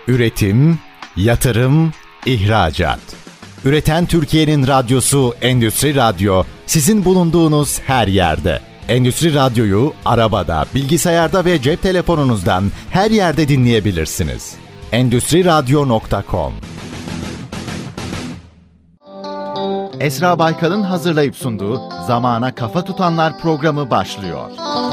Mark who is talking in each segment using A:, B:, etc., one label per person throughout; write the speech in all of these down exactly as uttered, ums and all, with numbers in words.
A: Üretim, yatırım, ihracat. Üreten Türkiye'nin radyosu Endüstri Radyo, sizin bulunduğunuz her yerde. Endüstri Radyo'yu arabada, bilgisayarda ve cep telefonunuzdan her yerde dinleyebilirsiniz. endüstri radyo nokta com. Esra Baykal'ın hazırlayıp sunduğu Zamana Kafa Tutanlar programı başlıyor.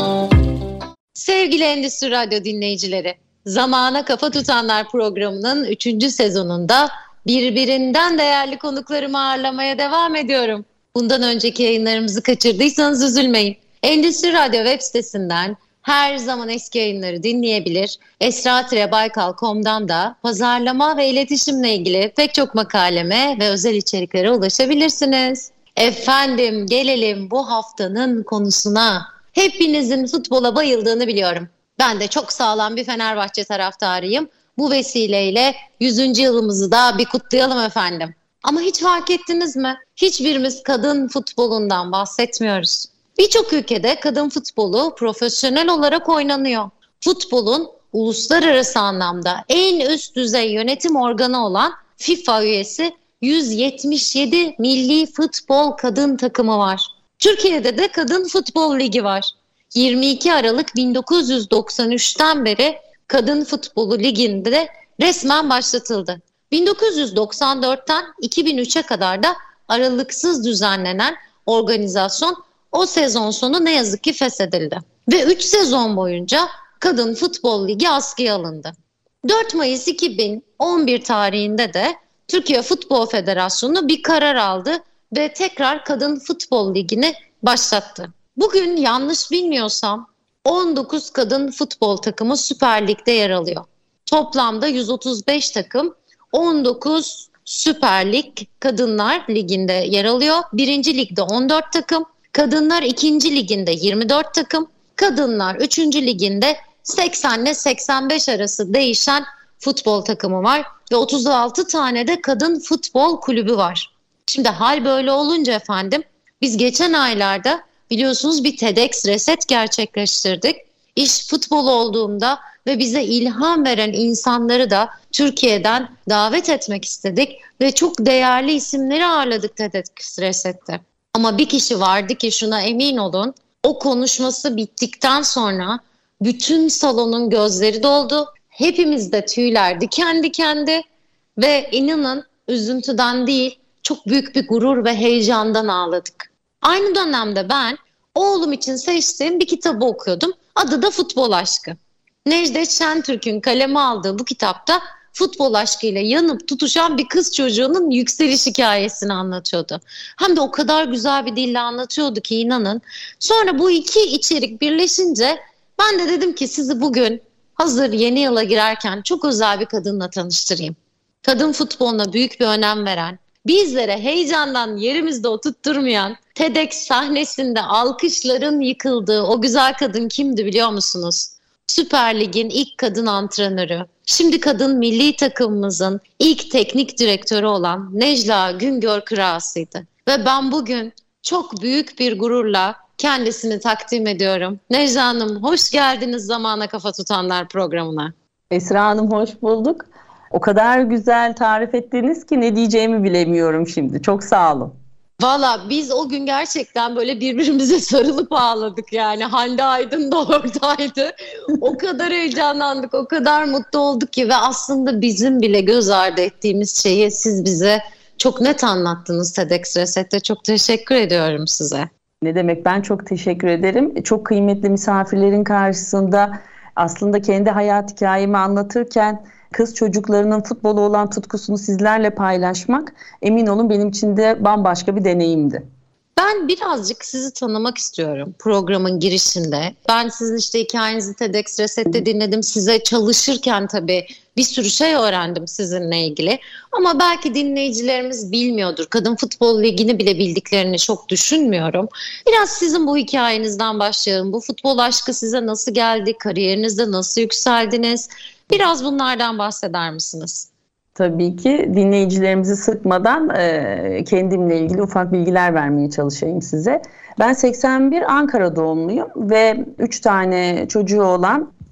B: Sevgili Endüstri Radyo dinleyicileri, Zamana Kafa Tutanlar programının üçüncü sezonunda birbirinden değerli konuklarımı ağırlamaya devam ediyorum. Bundan önceki yayınlarımızı kaçırdıysanız üzülmeyin. Endüstri Radyo web sitesinden her zaman eski yayınları dinleyebilir. esra baykal nokta com'dan da pazarlama ve iletişimle ilgili pek çok makaleme ve özel içeriklere ulaşabilirsiniz. Efendim, gelelim bu haftanın konusuna. Hepinizin futbola bayıldığını biliyorum. Ben de çok sağlam bir Fenerbahçe taraftarıyım. Bu vesileyle yüzüncü yılımızı da bir kutlayalım efendim. Ama hiç fark ettiniz mi? Hiçbirimiz kadın futbolundan bahsetmiyoruz. Birçok ülkede kadın futbolu profesyonel olarak oynanıyor. Futbolun uluslararası anlamda en üst düzey yönetim organı olan FIFA üyesi yüz yetmiş yedi milli futbol kadın takımı var. Türkiye'de de Kadın Futbol Ligi var. yirmi iki Aralık bin dokuz yüz doksan üçten beri Kadın Futbolu Ligi'nde de resmen başlatıldı. bin dokuz yüz doksan dörtten iki bin üçe kadar da aralıksız düzenlenen organizasyon o sezon sonu ne yazık ki feshedildi. Ve üç sezon boyunca Kadın Futbol Ligi askıya alındı. dört Mayıs iki bin on bir tarihinde de Türkiye Futbol Federasyonu bir karar aldı ve tekrar Kadın Futbol Ligi'ni başlattı. Bugün yanlış bilmiyorsam on dokuz kadın futbol takımı Süper Lig'de yer alıyor. Toplamda yüz otuz beş takım on dokuz Süper Lig Kadınlar Ligi'nde yer alıyor. Birinci Lig'de on dört takım, Kadınlar ikinci Lig'inde yirmi dört takım, Kadınlar üçüncü Lig'inde seksen ile seksen beş arası değişen futbol takımı var ve otuz altı tane de kadın futbol kulübü var. Şimdi hal böyle olunca efendim, biz geçen aylarda biliyorsunuz bir TEDx Reset gerçekleştirdik. İş futbol olduğunda ve bize ilham veren insanları da Türkiye'den davet etmek istedik ve çok değerli isimleri ağırladık TEDx Reset'te. Ama bir kişi vardı ki şuna emin olun, o konuşması bittikten sonra bütün salonun gözleri doldu. Hepimiz de tüyler diken dikendi ve inanın üzüntüden değil, çok büyük bir gurur ve heyecandan ağladık. Aynı dönemde ben oğlum için seçtiğim bir kitabı okuyordum. Adı da Futbol Aşkı. Necdet Şentürk'ün kaleme aldığı bu kitapta futbol aşkıyla yanıp tutuşan bir kız çocuğunun yükseliş hikayesini anlatıyordu. Hem de o kadar güzel bir dille anlatıyordu ki inanın. Sonra bu iki içerik birleşince ben de dedim ki sizi bugün hazır yeni yıla girerken çok özel bir kadınla tanıştırayım. Kadın futboluna büyük bir önem veren, bizlere heyecandan yerimizde oturtturmayan, TEDx sahnesinde alkışların yıkıldığı o güzel kadın kimdi biliyor musunuz? Süper Lig'in ilk kadın antrenörü, şimdi kadın milli takımımızın ilk teknik direktörü olan Necla Güngör Kırağısı'ydı. Ve ben bugün çok büyük bir gururla kendisini takdim ediyorum. Necla Hanım, hoş geldiniz Zamana Kafa Tutanlar programına.
C: Esra Hanım, hoş bulduk. O kadar güzel tarif ettiniz ki ne diyeceğimi bilemiyorum şimdi. Çok sağ olun.
B: Valla biz o gün gerçekten böyle birbirimize sarılıp ağladık yani. Hande Aydın da oradaydı. O kadar heyecanlandık, o kadar mutlu olduk ki ve aslında bizim bile göz ardı ettiğimiz şeyi siz bize çok net anlattınız TEDx Reset'te. Çok teşekkür ediyorum size.
C: Ne demek, ben çok teşekkür ederim. Çok kıymetli misafirlerin karşısında aslında kendi hayat hikayemi anlatırken kız çocuklarının futbola olan tutkusunu sizlerle paylaşmak, emin olun benim için de bambaşka bir deneyimdi.
B: Ben birazcık sizi tanımak istiyorum programın girişinde. Ben sizin işte hikayenizi TEDx Reset'te dinledim. Size çalışırken tabii bir sürü şey öğrendim sizinle ilgili. Ama belki dinleyicilerimiz bilmiyordur. Kadın Futbol Ligi'ni bile bildiklerini çok düşünmüyorum. Biraz sizin bu hikayenizden başlayalım. Bu futbol aşkı size nasıl geldi? Kariyerinizde nasıl yükseldiniz? Biraz bunlardan bahseder misiniz?
C: Tabii ki dinleyicilerimizi sıkmadan e, kendimle ilgili ufak bilgiler vermeye çalışayım size. Ben seksen bir Ankara doğumluyum ve üç tane çocuğu olan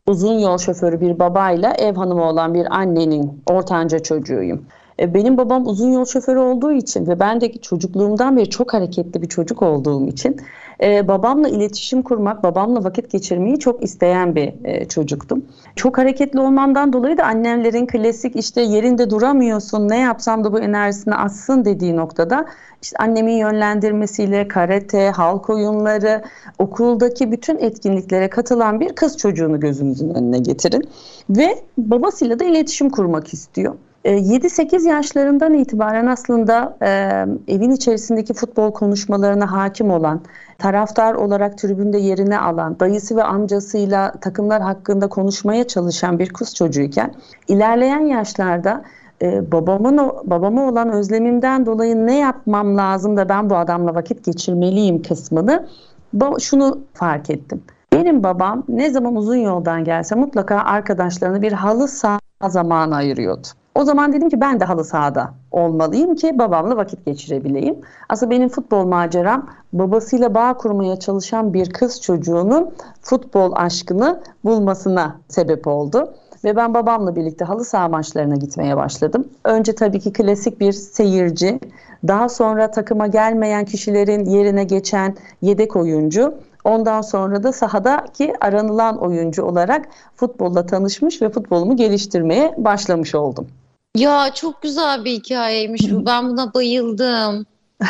C: uzun yol şoförü bir babayla ev hanımı olan bir annenin ortanca çocuğuyum. Benim babam uzun yol şoförü olduğu için ve ben de çocukluğumdan beri çok hareketli bir çocuk olduğum için e, babamla iletişim kurmak, babamla vakit geçirmeyi çok isteyen bir e, çocuktum. Çok hareketli olmamdan dolayı da annemlerin klasik işte yerinde duramıyorsun, ne yapsam da bu enerjisini atsın dediği noktada işte annemin yönlendirmesiyle karate, halk oyunları, okuldaki bütün etkinliklere katılan bir kız çocuğunu gözünüzün önüne getirin. Ve babasıyla da iletişim kurmak istiyor. yedi sekiz yaşlarından itibaren aslında e, evin içerisindeki futbol konuşmalarına hakim olan, taraftar olarak tribünde yerini alan, dayısı ve amcasıyla takımlar hakkında konuşmaya çalışan bir kız çocuğuyken ilerleyen yaşlarda e, babamın babama olan özlemimden dolayı ne yapmam lazım da ben bu adamla vakit geçirmeliyim kısmını şunu fark ettim. Benim babam ne zaman uzun yoldan gelse mutlaka arkadaşlarına bir halı saha zamanı ayırıyordu. O zaman dedim ki ben de halı sahada olmalıyım ki babamla vakit geçirebileyim. Aslında benim futbol maceram babasıyla bağ kurmaya çalışan bir kız çocuğunun futbol aşkını bulmasına sebep oldu. Ve ben babamla birlikte halı saha maçlarına gitmeye başladım. Önce tabii ki klasik bir seyirci, daha sonra takıma gelmeyen kişilerin yerine geçen yedek oyuncu. Ondan sonra da sahadaki aranılan oyuncu olarak futbolla tanışmış ve futbolumu geliştirmeye başlamış oldum.
B: Ya çok güzel bir hikayeymiş bu. Ben buna bayıldım.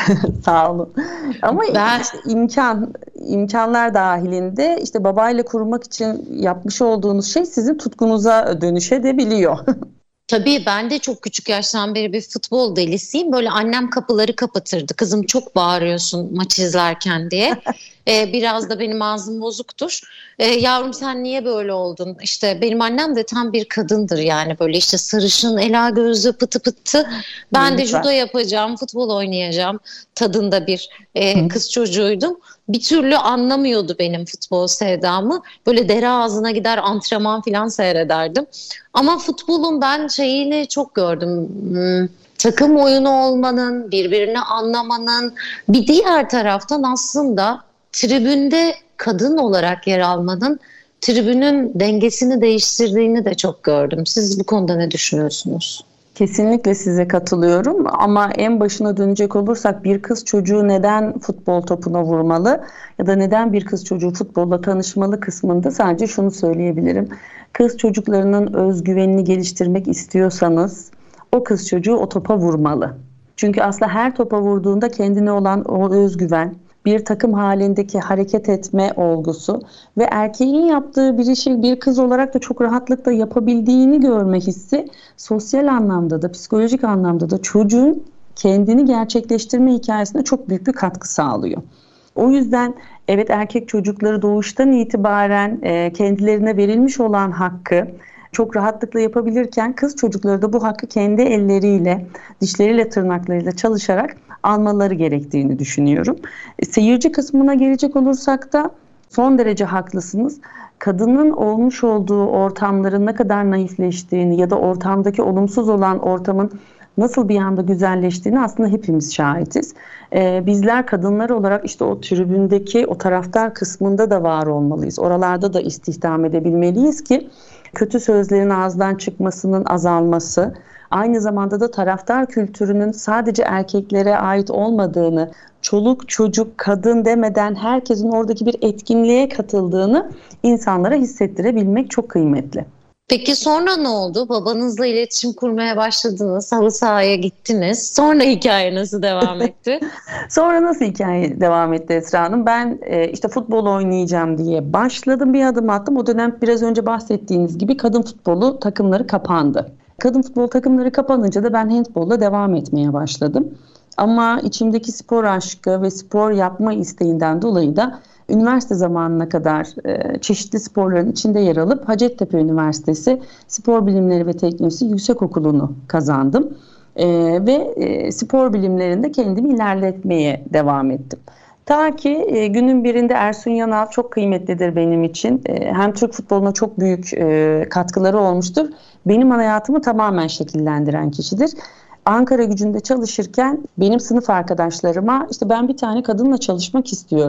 C: Sağ olun. Ama
B: ben...
C: işte imkan imkanlar dahilinde işte babayla kurmak için yapmış olduğunuz şey sizin tutkunuza dönüşebiliyor.
B: Tabii ben de çok küçük yaştan beri bir futbol delisiyim. Böyle annem kapıları kapatırdı. Kızım çok bağırıyorsun maç izlerken diye. Ee, biraz da benim ağzım bozuktur. Ee, yavrum sen niye böyle oldun? İşte benim annem de tam bir kadındır yani böyle işte sarışın, ela gözlü, pıtı pıtı. Ben de judo yapacağım, futbol oynayacağım tadında bir e, kız çocuğuydum. Bir türlü anlamıyordu benim futbol sevdamı. Böyle dere ağzına gider antrenman falan seyrederdim. Ama futbolun ben şeyini çok gördüm. Hmm, takım oyunu olmanın, birbirini anlamanın, bir diğer taraftan aslında tribünde kadın olarak yer almanın tribünün dengesini değiştirdiğini de çok gördüm. Siz bu konuda ne düşünüyorsunuz?
C: Kesinlikle size katılıyorum ama en başına dönecek olursak bir kız çocuğu neden futbol topuna vurmalı ya da neden bir kız çocuğu futbolla tanışmalı kısmında sadece şunu söyleyebilirim. Kız çocuklarının özgüvenini geliştirmek istiyorsanız o kız çocuğu o topa vurmalı. Çünkü aslında her topa vurduğunda kendine olan o özgüven, bir takım halindeki hareket etme olgusu ve erkeğin yaptığı bir işi bir kız olarak da çok rahatlıkla yapabildiğini görme hissi sosyal anlamda da psikolojik anlamda da çocuğun kendini gerçekleştirme hikayesine çok büyük bir katkı sağlıyor. O yüzden evet erkek çocukları doğuştan itibaren e, kendilerine verilmiş olan hakkı çok rahatlıkla yapabilirken kız çocukları da bu hakkı kendi elleriyle, dişleriyle, tırnaklarıyla çalışarak almaları gerektiğini düşünüyorum. Seyirci kısmına gelecek olursak da son derece haklısınız. Kadının olmuş olduğu ortamların ne kadar naifleştiğini ya da ortamdaki olumsuz olan ortamın nasıl bir anda güzelleştiğini aslında hepimiz şahitiz. Ee, bizler kadınlar olarak işte o tribündeki o taraftar kısmında da var olmalıyız. Oralarda da istihdam edebilmeliyiz ki kötü sözlerin ağızdan çıkmasının azalması, aynı zamanda da taraftar kültürünün sadece erkeklere ait olmadığını, çoluk, çocuk, kadın demeden herkesin oradaki bir etkinliğe katıldığını insanlara hissettirebilmek çok kıymetli.
B: Peki sonra ne oldu? Babanızla iletişim kurmaya başladınız, halı sahaya gittiniz. Sonra hikaye nasıl devam etti?
C: Sonra nasıl hikaye devam etti Esra Hanım? Ben e, işte futbol oynayacağım diye başladım, bir adım attım. O dönem biraz önce bahsettiğiniz gibi kadın futbolu takımları kapandı. Kadın futbol takımları kapanınca da ben handbolla devam etmeye başladım. Ama içimdeki spor aşkı ve spor yapma isteğinden dolayı da üniversite zamanına kadar e, çeşitli sporların içinde yer alıp Hacettepe Üniversitesi Spor Bilimleri ve Teknolojisi Yüksekokulu'nu kazandım. E, ve e, spor bilimlerinde kendimi ilerletmeye devam ettim. Ta ki e, günün birinde Ersun Yanal çok kıymetlidir benim için. E, hem Türk futboluna çok büyük e, katkıları olmuştur. Benim hayatımı tamamen şekillendiren kişidir. Ankara Gücü'nde çalışırken benim sınıf arkadaşlarıma işte ben bir tane kadınla çalışmak istiyorum.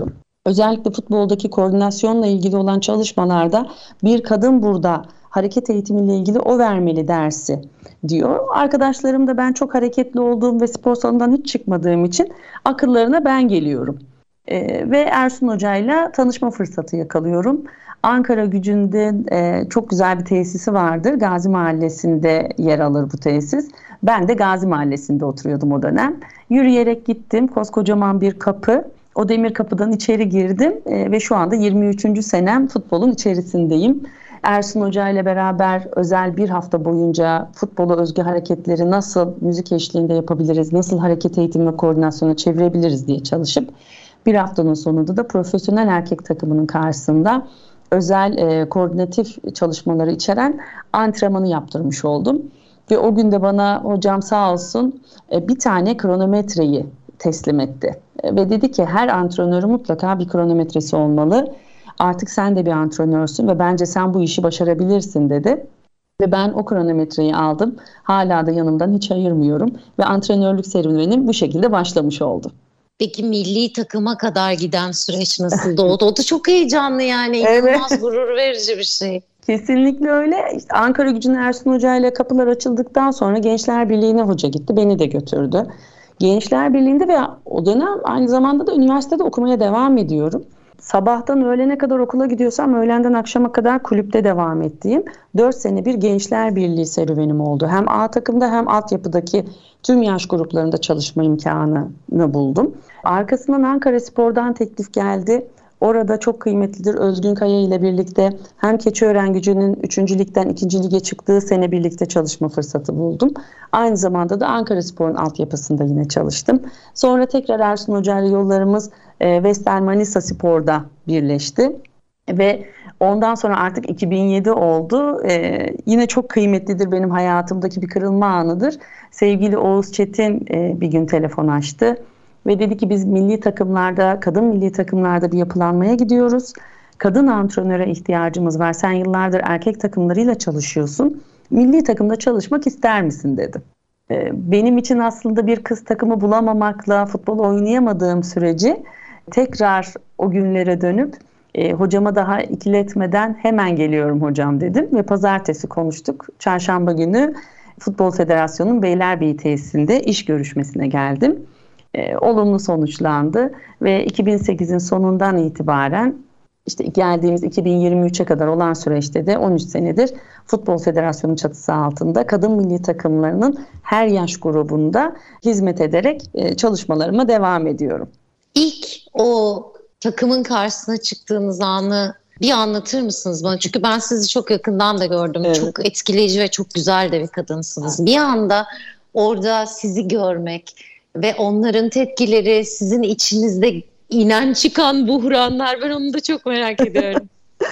C: Özellikle futboldaki koordinasyonla ilgili olan çalışmalarda bir kadın burada hareket eğitimiyle ilgili o vermeli dersi diyor. Arkadaşlarım da ben çok hareketli olduğum ve spor salonundan hiç çıkmadığım için akıllarına ben geliyorum. Ee, ve Ersun Hoca'yla tanışma fırsatı yakalıyorum. Ankara Gücü'nde e, çok güzel bir tesisi vardır. Gazi Mahallesi'nde yer alır bu tesis. Ben de Gazi Mahallesi'nde oturuyordum o dönem. Yürüyerek gittim. Koskocaman bir kapı. O demir kapıdan içeri girdim e, ve şu anda yirmi üçüncü senem futbolun içerisindeyim. Ersun Hoca ile beraber özel bir hafta boyunca futbola özgü hareketleri nasıl müzik eşliğinde yapabiliriz, nasıl hareket eğitimi ve koordinasyona çevirebiliriz diye çalışıp bir haftanın sonunda da profesyonel erkek takımının karşısında özel e, koordinatif çalışmaları içeren antrenmanı yaptırmış oldum. Ve o gün de bana hocam sağ olsun e, bir tane kronometreyi teslim etti. E, ve dedi ki her antrenörün mutlaka bir kronometresi olmalı. Artık sen de bir antrenörsün ve bence sen bu işi başarabilirsin dedi. Ve ben o kronometreyi aldım. Hala da yanımdan hiç ayırmıyorum. Ve antrenörlük serüvenim bu şekilde başlamış oldu.
B: Peki milli takıma kadar giden süreç nasıldı? O da, o da çok heyecanlı yani. İnanılmaz evet. Gurur verici bir şey.
C: Kesinlikle öyle. İşte Ankara Gücü'nün Ersun Hoca ile kapılar açıldıktan sonra Gençler Birliği'ne hoca gitti. Beni de götürdü. Gençler Birliği'nde ve o dönem aynı zamanda da üniversitede okumaya devam ediyorum. Sabahtan öğlene kadar okula gidiyorsam öğlenden akşama kadar kulüpte devam ettiğim dört sene bir Gençler Birliği serüvenim oldu. Hem A takımda hem altyapıdaki tüm yaş gruplarında çalışma imkanını buldum. Arkasından Ankaraspor'dan teklif geldi. Orada çok kıymetlidir Özgün Kaya ile birlikte hem Keçiören Gücü'nün üçüncü ligden ikinci lige çıktığı sene birlikte çalışma fırsatı buldum. Aynı zamanda da Ankaraspor'un altyapısında yine çalıştım. Sonra tekrar Ersun Hoca ile yollarımız e, Vestel Manisa Spor'da birleşti. Ve ondan sonra artık iki bin yedi oldu. Ee, yine çok kıymetlidir benim hayatımdaki bir kırılma anıdır. Sevgili Oğuz Çetin e, bir gün telefon açtı. Ve dedi ki biz milli takımlarda, kadın milli takımlarda bir yapılanmaya gidiyoruz. Kadın antrenöre ihtiyacımız var. Sen yıllardır erkek takımlarıyla çalışıyorsun. Milli takımda çalışmak ister misin dedi. Ee, benim için aslında bir kız takımı bulamamakla futbol oynayamadığım süreci tekrar o günlere dönüp e, hocama daha ikiletmeden hemen geliyorum hocam dedim. Ve pazartesi konuştuk. Çarşamba günü Futbol Federasyonu'nun Beylerbeyi tesisinde iş görüşmesine geldim. E, olumlu sonuçlandı ve iki bin sekizin sonundan itibaren işte geldiğimiz iki bin yirmi üçe kadar olan süreçte de on üç senedir Futbol Federasyonu çatısı altında kadın milli takımlarının her yaş grubunda hizmet ederek e, çalışmalarıma devam ediyorum.
B: İlk o takımın karşısına çıktığınız anı bir anlatır mısınız bana? Çünkü ben sizi çok yakından da gördüm. Evet. Çok etkileyici ve çok güzel de bir kadınsınız. Bir anda orada sizi görmek ve onların tepkileri, sizin içinizde inen çıkan buhranlar, ben onu da çok merak ediyorum.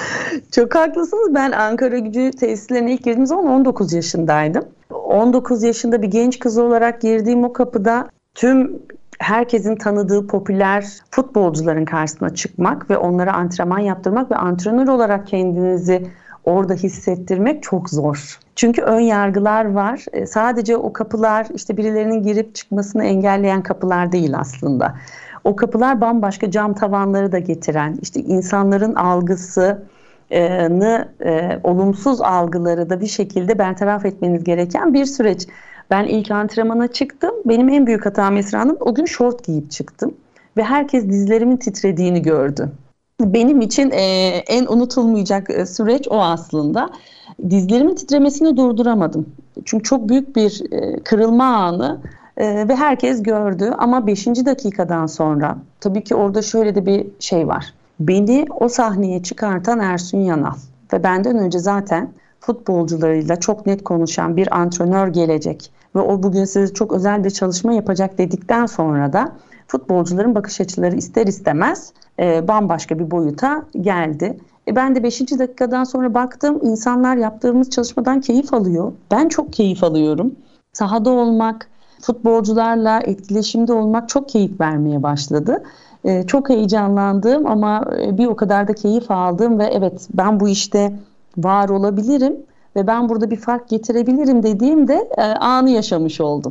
C: Çok haklısınız. Ben Ankara Gücü tesislerine ilk girdiğim zaman on dokuz yaşındaydım. on dokuz yaşında bir genç kız olarak girdiğim o kapıda tüm herkesin tanıdığı popüler futbolcuların karşısına çıkmak ve onlara antrenman yaptırmak ve antrenör olarak kendinizi orada hissettirmek çok zor. Çünkü ön yargılar var. E, sadece o kapılar işte birilerinin girip çıkmasını engelleyen kapılar değil aslında. O kapılar bambaşka cam tavanları da getiren, işte insanların algısını, e, olumsuz algıları da bir şekilde bertaraf etmeniz gereken bir süreç. Ben ilk antrenmana çıktım. Benim en büyük hatam Esra Hanım, o gün şort giyip çıktım. Ve herkes dizlerimin titrediğini gördü. Benim için e, en unutulmayacak e, süreç o aslında. Dizlerimin titremesini durduramadım. Çünkü çok büyük bir e, kırılma anı e, ve herkes gördü. Ama beşinci dakikadan sonra tabii ki orada şöyle de bir şey var. Beni o sahneye çıkartan Ersun Yanal ve benden önce zaten futbolcularıyla çok net konuşan bir antrenör gelecek ve o bugün size çok özel bir çalışma yapacak dedikten sonra da futbolcuların bakış açıları ister istemez e, bambaşka bir boyuta geldi. E, ben de beşinci dakikadan sonra baktım, insanlar yaptığımız çalışmadan keyif alıyor. Ben çok keyif alıyorum. Sahada olmak, futbolcularla etkileşimde olmak çok keyif vermeye başladı. E, çok heyecanlandım ama bir o kadar da keyif aldım ve evet, ben bu işte var olabilirim ve ben burada bir fark getirebilirim dediğimde e, anı yaşamış oldum.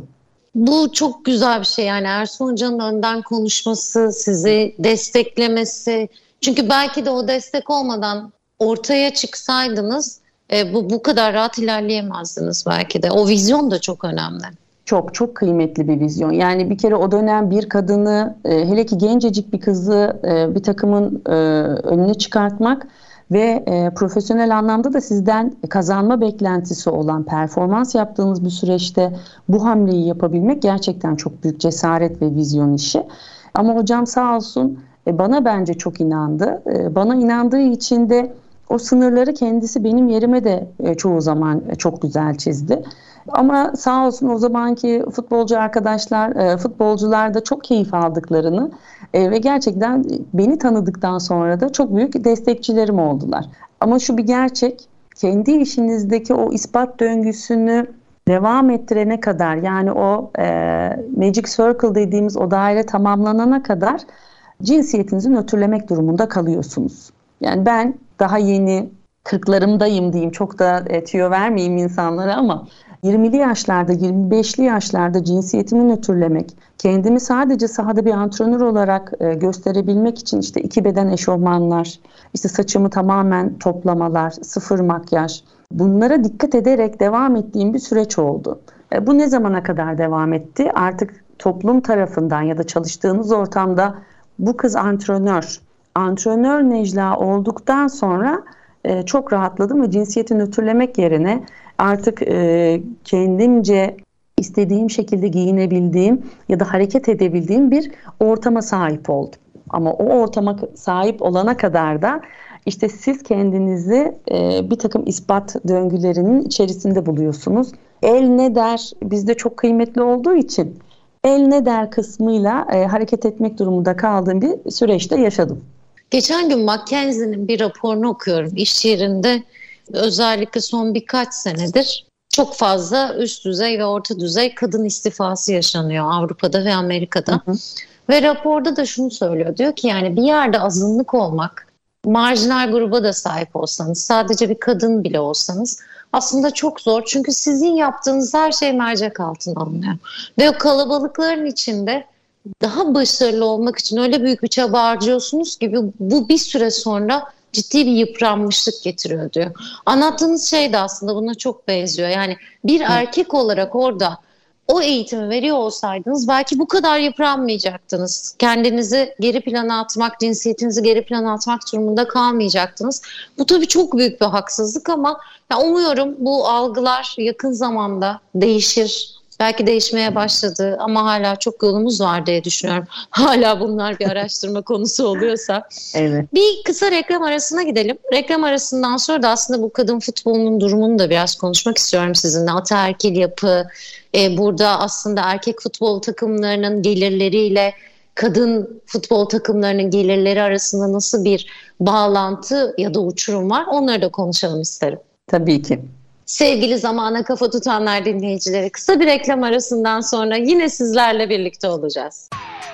B: Bu çok güzel bir şey, yani Ersun Hoca'nın önden konuşması, sizi desteklemesi. Çünkü belki de o destek olmadan ortaya çıksaydınız e, bu bu kadar rahat ilerleyemezdiniz belki de. O vizyon da çok önemli. Çok
C: çok kıymetli bir vizyon. Yani bir kere o dönem bir kadını, e, hele ki gencecik bir kızı e, bir takımın e, önüne çıkartmak ve e, profesyonel anlamda da sizden kazanma beklentisi olan, performans yaptığınız bir süreçte bu hamleyi yapabilmek gerçekten çok büyük cesaret ve vizyon işi. Ama hocam sağ olsun e, bana bence çok inandı. E, bana inandığı için de o sınırları kendisi benim yerime de e, çoğu zaman e, çok güzel çizdi. Ama sağ olsun o zamanki futbolcu arkadaşlar, e, futbolcular da çok keyif aldıklarını e, ve gerçekten beni tanıdıktan sonra da çok büyük destekçilerim oldular. Ama şu bir gerçek, kendi işinizdeki o ispat döngüsünü devam ettirene kadar, yani o e, Magic Circle dediğimiz o daire tamamlanana kadar cinsiyetinizi nötrlemek durumunda kalıyorsunuz. Yani ben daha yeni kırklarımdayım diyeyim, çok da e, tüyo vermeyeyim insanlara, ama yirmili yaşlarda, yirmi beşli yaşlarda cinsiyetimi nötrlemek, kendimi sadece sahada bir antrenör olarak e, gösterebilmek için işte iki beden eşofmanlar, işte saçımı tamamen toplamalar, sıfır makyaj, bunlara dikkat ederek devam ettiğim bir süreç oldu. E, bu ne zamana kadar devam etti? Artık toplum tarafından ya da çalıştığınız ortamda bu kız antrenör, antrenör Necla olduktan sonra e, çok rahatladım ve cinsiyeti nötrlemek yerine artık e, kendimce istediğim şekilde giyinebildiğim ya da hareket edebildiğim bir ortama sahip oldum. Ama o ortama sahip olana kadar da işte siz kendinizi e, bir takım ispat döngülerinin içerisinde buluyorsunuz. El ne der bizde çok kıymetli olduğu için el ne der kısmıyla e, hareket etmek durumunda kaldığım bir süreçte yaşadım.
B: Geçen gün McKinsey'nin bir raporunu okuyorum. İş yerinde özellikle son birkaç senedir çok fazla üst düzey ve orta düzey kadın istifası yaşanıyor Avrupa'da ve Amerika'da. Hı hı. Ve raporda da şunu söylüyor. Diyor ki yani bir yerde azınlık olmak, marjinal gruba da sahip olsanız, sadece bir kadın bile olsanız aslında çok zor. Çünkü sizin yaptığınız her şey mercek altına alınıyor. Ve o kalabalıkların içinde daha başarılı olmak için öyle büyük bir çaba harcıyorsunuz ki bu bir süre sonra ciddi bir yıpranmışlık getiriyor diyor. Anlattığınız şey de aslında buna çok benziyor. Yani bir erkek olarak orada o eğitimi veriyor olsaydınız belki bu kadar yıpranmayacaktınız. Kendinizi geri plana atmak, cinsiyetinizi geri plana atmak durumunda kalmayacaktınız. Bu tabii çok büyük bir haksızlık ama ya umuyorum bu algılar yakın zamanda değişir. Belki değişmeye başladı ama hala çok yolumuz var diye düşünüyorum. Hala bunlar bir araştırma konusu oluyorsa.
C: Evet.
B: Bir kısa reklam arasına gidelim. Reklam arasından sonra da aslında bu kadın futbolunun durumunu da biraz konuşmak istiyorum sizinle. Ataerkil yapı, e, burada aslında erkek futbol takımlarının gelirleriyle kadın futbol takımlarının gelirleri arasında nasıl bir bağlantı ya da uçurum var, onları da konuşalım isterim.
C: Tabii ki.
B: Sevgili Zamana Kafa Tutanlar dinleyicileri, kısa bir reklam arasından sonra yine sizlerle birlikte olacağız.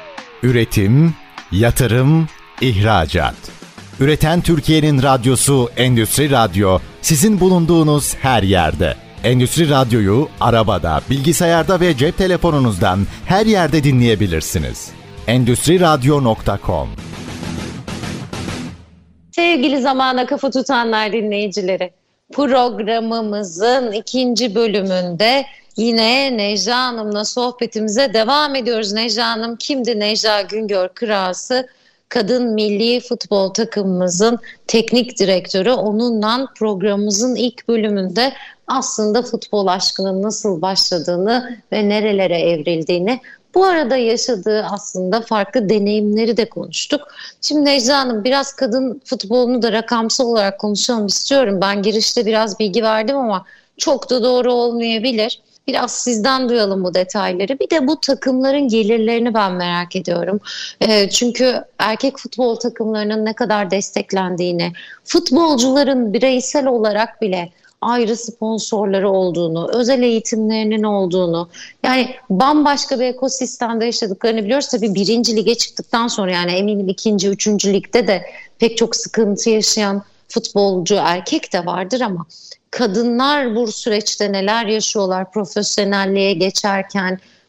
A: Üretim, yatırım, ihracat. Üreten Türkiye'nin radyosu Endüstri Radyo, sizin bulunduğunuz her yerde. Endüstri Radyo'yu arabada, bilgisayarda ve cep telefonunuzdan her yerde dinleyebilirsiniz. endüstri radyo nokta com.
B: Sevgili Zamana Kafa Tutanlar dinleyicileri, programımızın ikinci bölümünde yine Necla Hanım'la sohbetimize devam ediyoruz. Necla Hanım kimdi? Necla Güngör Kırası, kadın milli futbol takımımızın teknik direktörü. Onunla programımızın ilk bölümünde aslında futbol aşkının nasıl başladığını ve nerelere evrildiğini, bu arada yaşadığı aslında farklı deneyimleri de konuştuk. Şimdi Necla Hanım, biraz kadın futbolunu da rakamsal olarak konuşalım istiyorum. Ben girişte biraz bilgi verdim ama çok da doğru olmayabilir. Biraz sizden duyalım bu detayları. Bir de bu takımların gelirlerini ben merak ediyorum. E, çünkü erkek futbol takımlarının ne kadar desteklendiğini, futbolcuların bireysel olarak bile ayrı sponsorları olduğunu, özel eğitimlerinin olduğunu, yani bambaşka bir ekosistemde yaşadıklarını biliyoruz. Tabii birinci lige çıktıktan sonra, yani eminim ikinci, üçüncü ligde de pek çok sıkıntı yaşayan futbolcu erkek de vardır ama kadınlar bu süreçte neler yaşıyorlar profesyonelliğe geçerken,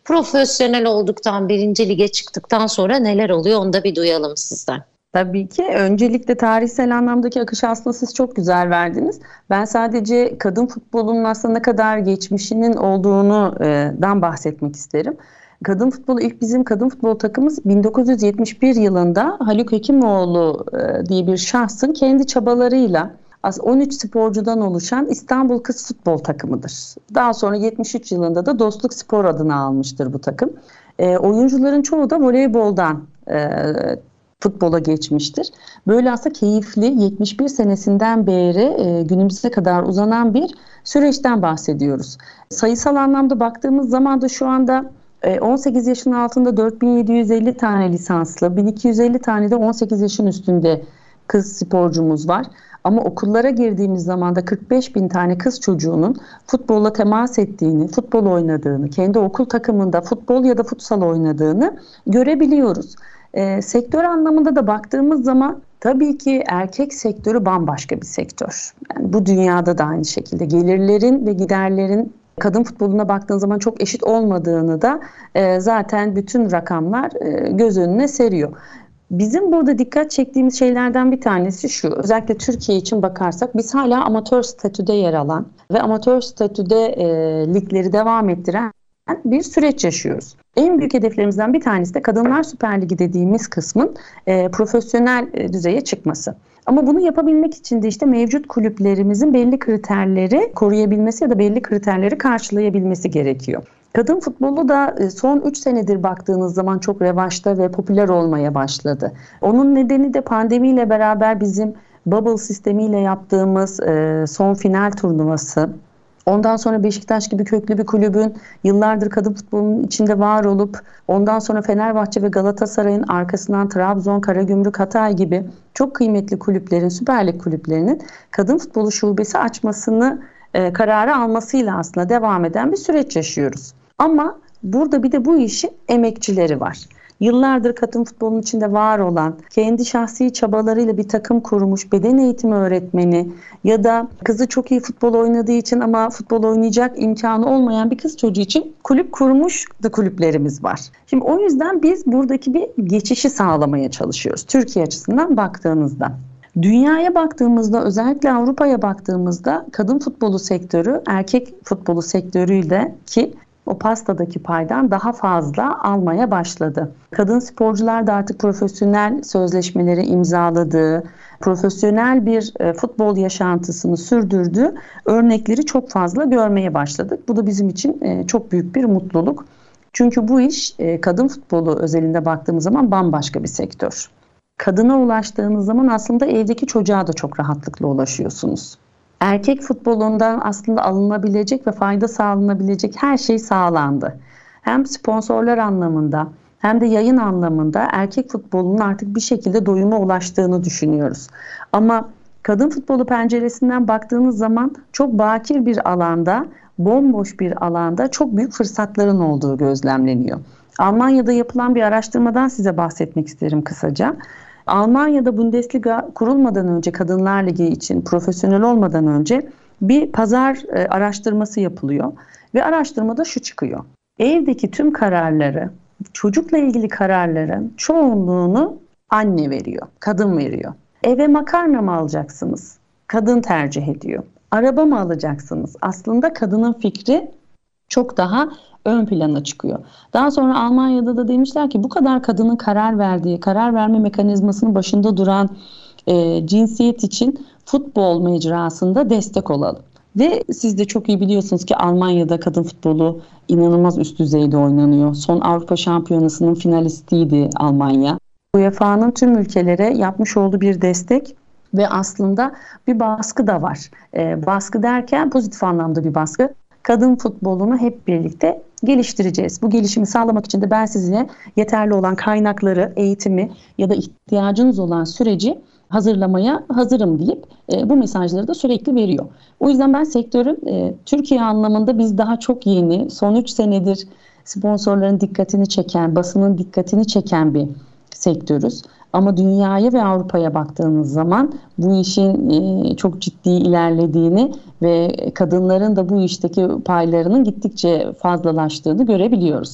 B: Profesyonel olduktan, birinci lige çıktıktan sonra neler oluyor onu da bir duyalım sizden.
C: Tabii ki. Öncelikle tarihsel anlamdaki akışı aslında siz çok güzel verdiniz. Ben sadece kadın futbolunun aslında ne kadar geçmişinin olduğundan bahsetmek isterim. Kadın futbolu, ilk bizim kadın futbol takımımız bin dokuz yüz yetmiş bir yılında Haluk Hekimoğlu diye bir şahsın kendi çabalarıyla on üç sporcudan oluşan İstanbul Kız Futbol takımıdır. Daha sonra yetmiş üç yılında da Dostluk Spor adını almıştır bu takım. E, oyuncuların çoğu da voleyboldan e, futbola geçmiştir. Böyle aslında keyifli yetmiş bir senesinden beri e, günümüze kadar uzanan bir süreçten bahsediyoruz. Sayısal anlamda baktığımız zaman da şu anda e, on sekiz yaşın altında dört bin yedi yüz elli tane lisanslı, bin iki yüz elli tane de on sekiz yaşın üstünde kız sporcumuz var. Ama okullara girdiğimiz zaman da kırk beş bin tane kız çocuğunun futbolla temas ettiğini, futbol oynadığını, kendi okul takımında futbol ya da futsal oynadığını görebiliyoruz. E, sektör anlamında da baktığımız zaman tabii ki erkek sektörü bambaşka bir sektör. Yani bu dünyada da aynı şekilde gelirlerin ve giderlerin kadın futboluna baktığın zaman çok eşit olmadığını da e, zaten bütün rakamlar e, göz önüne seriyor. Bizim burada dikkat çektiğimiz şeylerden bir tanesi şu, özellikle Türkiye için bakarsak biz hala amatör statüde yer alan ve amatör statüde e, ligleri devam ettiren bir süreç yaşıyoruz. En büyük hedeflerimizden bir tanesi de Kadınlar Süper Ligi dediğimiz kısmın e, profesyonel e, düzeye çıkması. Ama bunu yapabilmek için de işte mevcut kulüplerimizin belli kriterleri koruyabilmesi ya da belli kriterleri karşılayabilmesi gerekiyor. Kadın futbolu da son üç senedir baktığınız zaman çok revaçta ve popüler olmaya başladı. Onun nedeni de pandemiyle beraber bizim bubble sistemiyle yaptığımız son final turnuvası. Ondan sonra Beşiktaş gibi köklü bir kulübün yıllardır kadın futbolunun içinde var olup ondan sonra Fenerbahçe ve Galatasaray'ın arkasından Trabzon, Karagümrük, Hatay gibi çok kıymetli kulüplerin, Süper Lig kulüplerinin kadın futbolu şubesi açmasını e, kararı almasıyla aslında devam eden bir süreç yaşıyoruz. Ama burada bir de bu işin emekçileri var. Yıllardır kadın futbolunun içinde var olan, kendi şahsi çabalarıyla bir takım kurmuş beden eğitimi öğretmeni ya da kızı çok iyi futbol oynadığı için ama futbol oynayacak imkanı olmayan bir kız çocuğu için kulüp kurmuş da kulüplerimiz var. Şimdi o yüzden biz buradaki bir geçişi sağlamaya çalışıyoruz Türkiye açısından baktığınızda. Dünyaya baktığımızda, özellikle Avrupa'ya baktığımızda kadın futbolu sektörü erkek futbolu sektörüyle ki o pastadaki paydan daha fazla almaya başladı. Kadın sporcular da artık profesyonel sözleşmeleri imzaladığı, profesyonel bir e, futbol yaşantısını sürdürdüğü örnekleri çok fazla görmeye başladık. Bu da bizim için e, çok büyük bir mutluluk. Çünkü bu iş e, kadın futbolu özelinde baktığımız zaman bambaşka bir sektör. Kadına ulaştığınız zaman aslında evdeki çocuğa da çok rahatlıkla ulaşıyorsunuz. Erkek futbolundan aslında alınabilecek ve fayda sağlanabilecek her şey sağlandı. Hem sponsorlar anlamında hem de yayın anlamında erkek futbolunun artık bir şekilde doyuma ulaştığını düşünüyoruz. Ama kadın futbolu penceresinden baktığınız zaman çok bakir bir alanda, bomboş bir alanda çok büyük fırsatların olduğu gözlemleniyor. Almanya'da yapılan bir araştırmadan size bahsetmek isterim kısaca. Almanya'da Bundesliga kurulmadan önce Kadınlar Ligi için profesyonel olmadan önce bir pazar e, araştırması yapılıyor. Ve araştırmada şu çıkıyor. Evdeki tüm kararları, çocukla ilgili kararların çoğunluğunu anne veriyor, kadın veriyor. Eve makarna mı alacaksınız? Kadın tercih ediyor. Araba mı alacaksınız? Aslında kadının fikri çok daha ön plana çıkıyor. Daha sonra Almanya'da da demişler ki bu kadar kadının karar verdiği, karar verme mekanizmasının başında duran e, cinsiyet için futbol mecrasında destek olalım. Ve siz de çok iyi biliyorsunuz ki Almanya'da kadın futbolu inanılmaz üst düzeyde oynanıyor. Son Avrupa Şampiyonası'nın finalistiydi Almanya. U E F A'nın tüm ülkelere yapmış olduğu bir destek ve aslında bir baskı da var. E, baskı derken pozitif anlamda bir baskı. Kadın futbolunu hep birlikte geliştireceğiz. Bu gelişimi sağlamak için de ben size yeterli olan kaynakları, eğitimi ya da ihtiyacınız olan süreci hazırlamaya hazırım deyip e, bu mesajları da sürekli veriyor. O yüzden ben sektörün e, Türkiye anlamında biz daha çok yeni, son üç senedir sponsorların dikkatini çeken, basının dikkatini çeken bir sektörüz. Ama dünyaya ve Avrupa'ya baktığınız zaman bu işin e, çok ciddi ilerlediğini ve kadınların da bu işteki paylarının gittikçe fazlalaştığını görebiliyoruz.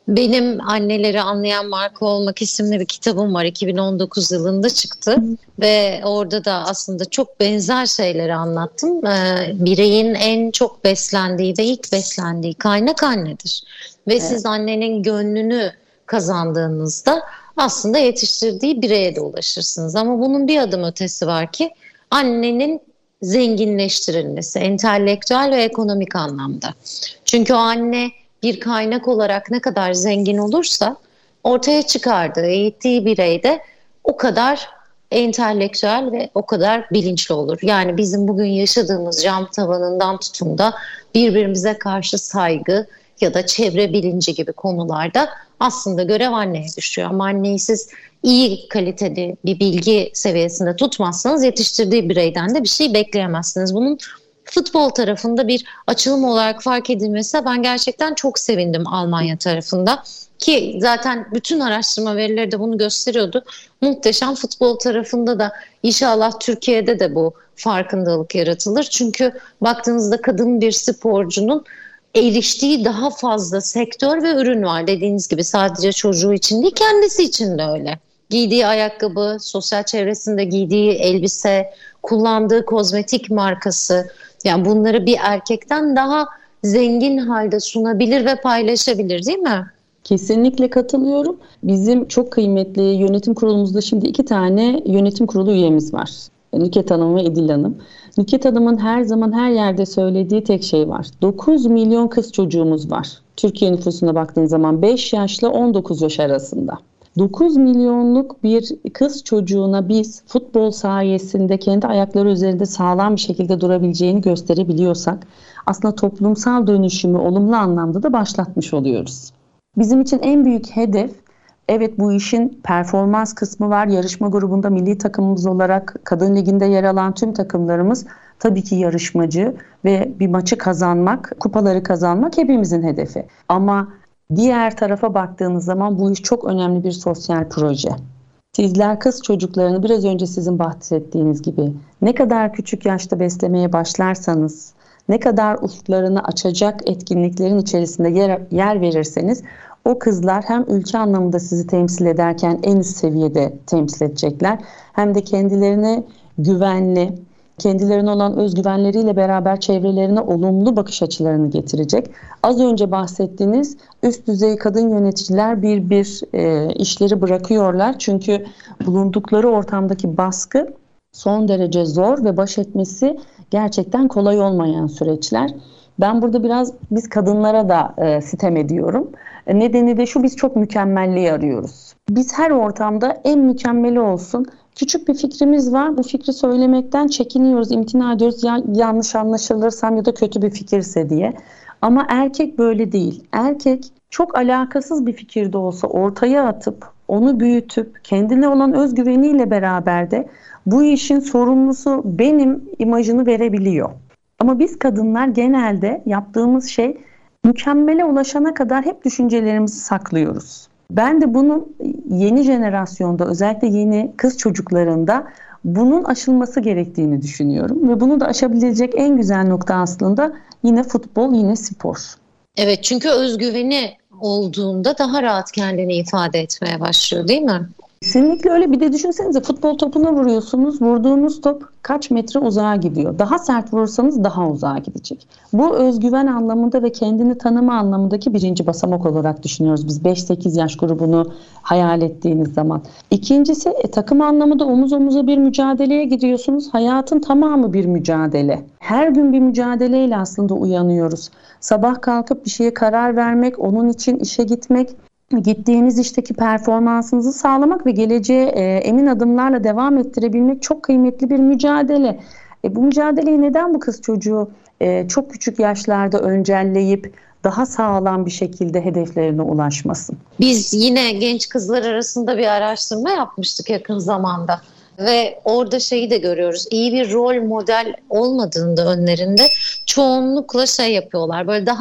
B: Benim Anneleri Anlayan Marka Olmak isimli bir kitabım var. iki bin on dokuz yılında çıktı ve orada da aslında çok benzer şeyleri anlattım. Ee, bireyin en çok beslendiği ve ilk beslendiği kaynak annedir. Ve evet. Siz annenin gönlünü kazandığınızda aslında yetiştirdiği bireye de ulaşırsınız. Ama bunun bir adım ötesi var ki annenin zenginleştirilmesi, entelektüel ve ekonomik anlamda. Çünkü o anne bir kaynak olarak ne kadar zengin olursa ortaya çıkardığı, eğittiği birey de o kadar entelektüel ve o kadar bilinçli olur. Yani bizim bugün yaşadığımız cam tavanından tutun da birbirimize karşı saygı ya da çevre bilinci gibi konularda aslında görev anneye düşüyor. Ama anneyi siz iyi kaliteli bir bilgi seviyesinde tutmazsanız yetiştirdiği bireyden de bir şey bekleyemezsiniz. Bunun futbol tarafında bir açılım olarak fark edilmesine ben gerçekten çok sevindim Almanya tarafında. Ki zaten bütün araştırma verileri de bunu gösteriyordu. Muhteşem futbol tarafında da inşallah Türkiye'de de bu farkındalık yaratılır. Çünkü baktığınızda kadın bir sporcunun eriştiği daha fazla sektör ve ürün var. Dediğiniz gibi sadece çocuğu için değil, kendisi için de öyle. Giydiği ayakkabı, sosyal çevresinde giydiği elbise, kullandığı kozmetik markası, yani bunları bir erkekten daha zengin halde sunabilir ve paylaşabilir, değil mi?
C: Kesinlikle katılıyorum. Bizim çok kıymetli yönetim kurulumuzda şimdi iki tane yönetim kurulu üyemiz var. Nüket Hanım ve İdil Hanım. Nüket Hanım'ın her zaman her yerde söylediği tek şey var. dokuz milyon kız çocuğumuz var. Türkiye nüfusuna baktığın zaman beş yaşla on dokuz yaş arasında. dokuz milyonluk bir kız çocuğuna biz futbol sayesinde kendi ayakları üzerinde sağlam bir şekilde durabileceğini gösterebiliyorsak aslında toplumsal dönüşümü olumlu anlamda da başlatmış oluyoruz. Bizim için en büyük hedef, evet bu işin performans kısmı var. Yarışma grubunda milli takımımız olarak kadın liginde yer alan tüm takımlarımız tabii ki yarışmacı ve bir maçı kazanmak, kupaları kazanmak hepimizin hedefi. Ama diğer tarafa baktığınız zaman bu iş çok önemli bir sosyal proje. Sizler kız çocuklarını biraz önce sizin bahsettiğiniz gibi ne kadar küçük yaşta beslemeye başlarsanız, ne kadar ufuklarını açacak etkinliklerin içerisinde yer, yer verirseniz o kızlar hem ülke anlamında sizi temsil ederken en üst seviyede temsil edecekler. Hem de kendilerine güvenli, kendilerine olan özgüvenleriyle beraber çevrelerine olumlu bakış açılarını getirecek. Az önce bahsettiğiniz üst düzey kadın yöneticiler bir bir e, işleri bırakıyorlar. Çünkü bulundukları ortamdaki baskı son derece zor ve baş etmesi gerçekten kolay olmayan süreçler. Ben burada biraz biz kadınlara da e, sitem ediyorum. E, nedeni de şu, biz çok mükemmelliği arıyoruz. Biz her ortamda en mükemmeli olsun. Küçük bir fikrimiz var. Bu fikri söylemekten çekiniyoruz, imtina ediyoruz. Ya, yanlış anlaşılırsam ya da kötü bir fikirse diye. Ama erkek böyle değil. Erkek çok alakasız bir fikir de olsa ortaya atıp, onu büyütüp, kendine olan özgüveniyle beraber de bu işin sorumlusu benim imajını verebiliyor. Ama biz kadınlar genelde yaptığımız şey mükemmele ulaşana kadar hep düşüncelerimizi saklıyoruz. Ben de bunun yeni jenerasyonda, özellikle yeni kız çocuklarında bunun aşılması gerektiğini düşünüyorum. Ve bunu da aşabilecek en güzel nokta aslında yine futbol, yine spor.
B: Evet, çünkü özgüveni olduğunda daha rahat kendini ifade etmeye başlıyor, değil mi?
C: Kesinlikle öyle. Bir de düşünsenize, futbol topuna vuruyorsunuz. Vurduğunuz top kaç metre uzağa gidiyor. Daha sert vurursanız daha uzağa gidecek. Bu özgüven anlamında ve kendini tanıma anlamındaki birinci basamak olarak düşünüyoruz biz beş sekiz yaş grubunu hayal ettiğiniz zaman. İkincisi e, takım anlamında omuz omuza bir mücadeleye gidiyorsunuz. Hayatın tamamı bir mücadele. Her gün bir mücadeleyle aslında uyanıyoruz. Sabah kalkıp bir şeye karar vermek, onun için işe gitmek, gittiğiniz işteki performansınızı sağlamak ve geleceğe e, emin adımlarla devam ettirebilmek çok kıymetli bir mücadele. E, bu mücadeleyi neden bu kız çocuğu e, çok küçük yaşlarda öncelleyip daha sağlam bir şekilde hedeflerine ulaşmasın?
B: Biz yine genç kızlar arasında bir araştırma yapmıştık yakın zamanda. Ve orada şeyi de görüyoruz. İyi bir rol model olmadığında önlerinde çoğunlukla şey yapıyorlar. Böyle daha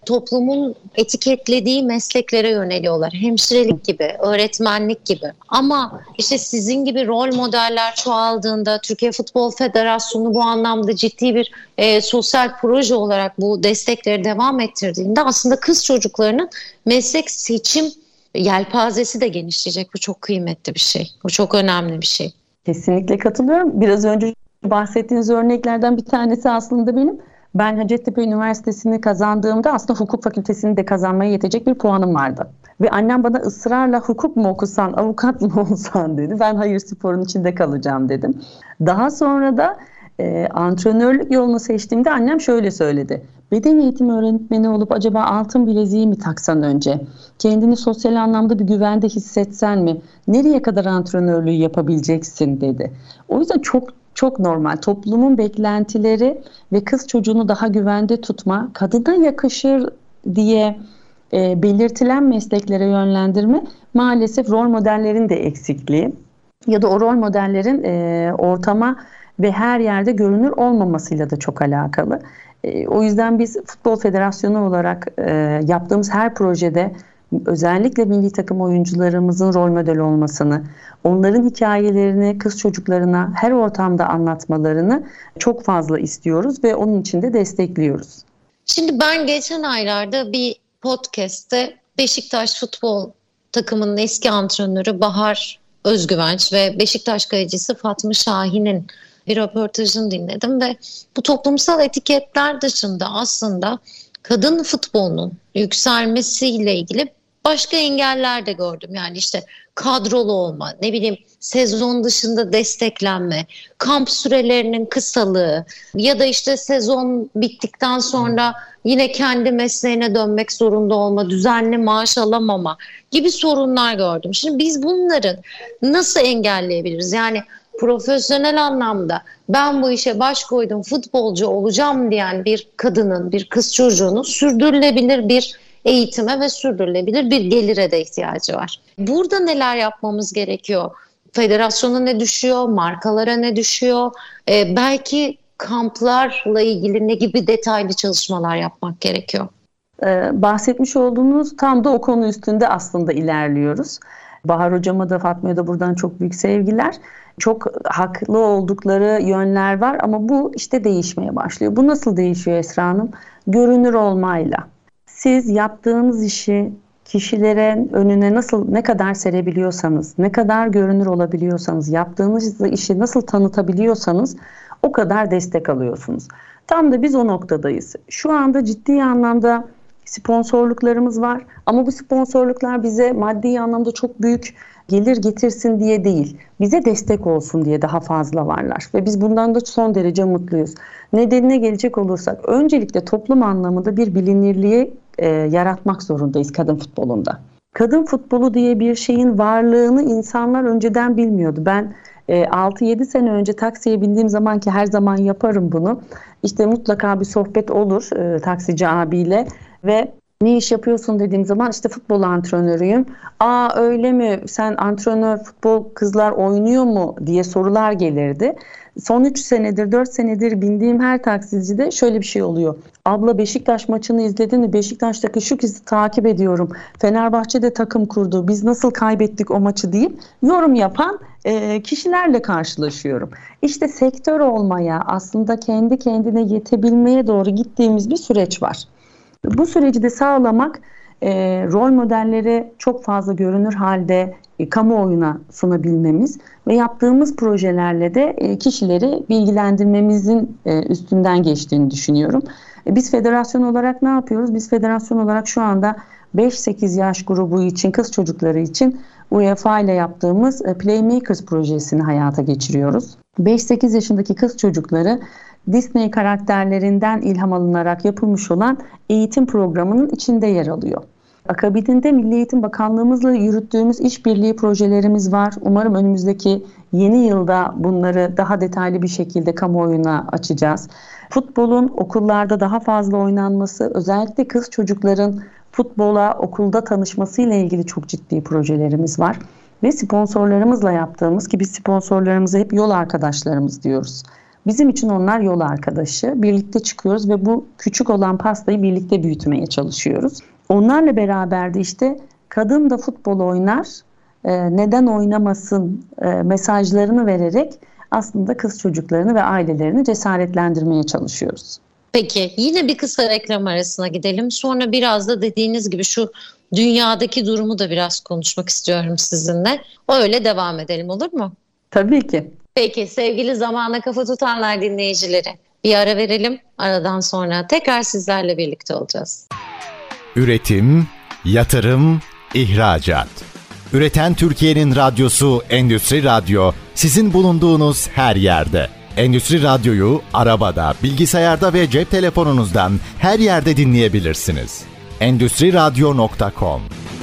B: toplumun etiketlediği mesleklere yöneliyorlar. Hemşirelik gibi, öğretmenlik gibi. Ama işte sizin gibi rol modeller çoğaldığında, Türkiye Futbol Federasyonu bu anlamda ciddi bir e, sosyal proje olarak bu destekleri devam ettirdiğinde aslında kız çocuklarının meslek seçim yelpazesi de genişleyecek. Bu çok kıymetli bir şey. Bu çok önemli bir şey.
C: Kesinlikle katılıyorum. Biraz önce bahsettiğiniz örneklerden bir tanesi aslında benim. Ben Hacettepe Üniversitesi'ni kazandığımda aslında hukuk fakültesini de kazanmaya yetecek bir puanım vardı. Ve annem bana ısrarla hukuk mu okusan, avukat mı olsan dedi. Ben hayır, sporun içinde kalacağım dedim. Daha sonra da e, antrenörlük yolunu seçtiğimde annem şöyle söyledi. Beden eğitimi öğretmeni olup acaba altın bileziği mi taksan önce? Kendini sosyal anlamda bir güvende hissetsen mi? Nereye kadar antrenörlüğü yapabileceksin dedi. O yüzden çok çok normal. Toplumun beklentileri ve kız çocuğunu daha güvende tutma, kadına yakışır diye e, belirtilen mesleklere yönlendirme maalesef rol modellerin de eksikliği ya da o rol modellerin e, ortama ve her yerde görünür olmamasıyla da çok alakalı. E, o yüzden biz Futbol Federasyonu olarak e, yaptığımız her projede özellikle milli takım oyuncularımızın rol model olmasını, onların hikayelerini kız çocuklarına her ortamda anlatmalarını çok fazla istiyoruz ve onun için de destekliyoruz.
B: Şimdi ben geçen aylarda bir podcast'te Beşiktaş futbol takımının eski antrenörü Bahar Özgüvenç ve Beşiktaş kalecisi Fatma Şahin'in bir röportajını dinledim ve bu toplumsal etiketler dışında aslında kadın futbolunun yükselmesiyle ilgili başka engeller de gördüm. Yani işte kadrolu olma, ne bileyim sezon dışında desteklenme, kamp sürelerinin kısalığı ya da işte sezon bittikten sonra yine kendi mesleğine dönmek zorunda olma, düzenli maaş alamama gibi sorunlar gördüm. Şimdi biz bunları nasıl engelleyebiliriz? Yani profesyonel anlamda ben bu işe baş koydum, futbolcu olacağım diyen bir kadının, bir kız çocuğunun sürdürülebilir bir eğitime ve sürdürülebilir bir gelire de ihtiyacı var. Burada neler yapmamız gerekiyor? Federasyona ne düşüyor? Markalara ne düşüyor? Ee, belki kamplarla ilgili ne gibi detaylı çalışmalar yapmak gerekiyor?
C: Ee, bahsetmiş olduğunuz tam da o konu üstünde aslında ilerliyoruz. Bahar Hocama da Fatma'ya da buradan çok büyük sevgiler. Çok haklı oldukları yönler var ama bu işte değişmeye başlıyor. Bu nasıl değişiyor Esra Hanım? Görünür olmayla. Siz yaptığınız işi kişilerin önüne nasıl, ne kadar serebiliyorsanız, ne kadar görünür olabiliyorsanız, yaptığınız işi nasıl tanıtabiliyorsanız o kadar destek alıyorsunuz. Tam da biz o noktadayız. Şu anda ciddi anlamda sponsorluklarımız var ama bu sponsorluklar bize maddi anlamda çok büyük gelir getirsin diye değil, bize destek olsun diye daha fazla varlar ve biz bundan da son derece mutluyuz. Nedenine gelecek olursak öncelikle toplum anlamında bir bilinirliği e, yaratmak zorundayız kadın futbolunda. Kadın futbolu diye bir şeyin varlığını insanlar önceden bilmiyordu. Ben e, altı yedi sene önce taksiye bindiğim zaman, ki her zaman yaparım bunu, işte mutlaka bir sohbet olur e, taksici abiyle ve ne iş yapıyorsun dediğim zaman işte futbol antrenörüyüm. Aa öyle mi, sen antrenör, futbol kızlar oynuyor mu diye sorular gelirdi. Son üç senedir dört senedir bindiğim her taksicide şöyle bir şey oluyor. Abla Beşiktaş maçını izledin mi? Beşiktaş'taki şu kızı takip ediyorum. Fenerbahçe'de takım kurdu. Biz nasıl kaybettik o maçı deyip yorum yapan e, kişilerle karşılaşıyorum. İşte sektör olmaya, aslında kendi kendine yetebilmeye doğru gittiğimiz bir süreç var. Bu süreci de sağlamak, e, rol modelleri çok fazla görünür halde e, kamuoyuna sunabilmemiz ve yaptığımız projelerle de e, kişileri bilgilendirmemizin e, üstünden geçtiğini düşünüyorum. E, biz federasyon olarak ne yapıyoruz? Biz federasyon olarak şu anda beş sekiz yaş grubu için, kız çocukları için UEFA ile yaptığımız e, Playmakers projesini hayata geçiriyoruz. beş sekiz yaşındaki kız çocukları Disney karakterlerinden ilham alınarak yapılmış olan eğitim programının içinde yer alıyor. Akabinde Milli Eğitim Bakanlığımızla yürüttüğümüz işbirliği projelerimiz var. Umarım önümüzdeki yeni yılda bunları daha detaylı bir şekilde kamuoyuna açacağız. Futbolun okullarda daha fazla oynanması, özellikle kız çocukların futbola okulda tanışmasıyla ilgili çok ciddi projelerimiz var. Ve sponsorlarımızla yaptığımız, ki biz sponsorlarımıza hep yol arkadaşlarımız diyoruz. Bizim için onlar yol arkadaşı. Birlikte çıkıyoruz ve bu küçük olan pastayı birlikte büyütmeye çalışıyoruz. Onlarla beraber de işte kadın da futbol oynar, neden oynamasın mesajlarını vererek aslında kız çocuklarını ve ailelerini cesaretlendirmeye çalışıyoruz.
B: Peki yine bir kısa reklam arasına gidelim. Sonra biraz da dediğiniz gibi şu dünyadaki durumu da biraz konuşmak istiyorum sizinle. Öyle devam edelim, olur mu?
C: Tabii ki.
B: Peki sevgili Zamana Kafa Tutanlar dinleyicileri, bir ara verelim. Aradan sonra tekrar sizlerle birlikte olacağız.
A: Üretim, yatırım, ihracat. Üreten Türkiye'nin radyosu Endüstri Radyo, sizin bulunduğunuz her yerde. Endüstri Radyo'yu arabada, bilgisayarda ve cep telefonunuzdan her yerde dinleyebilirsiniz. endüstri radyo nokta com.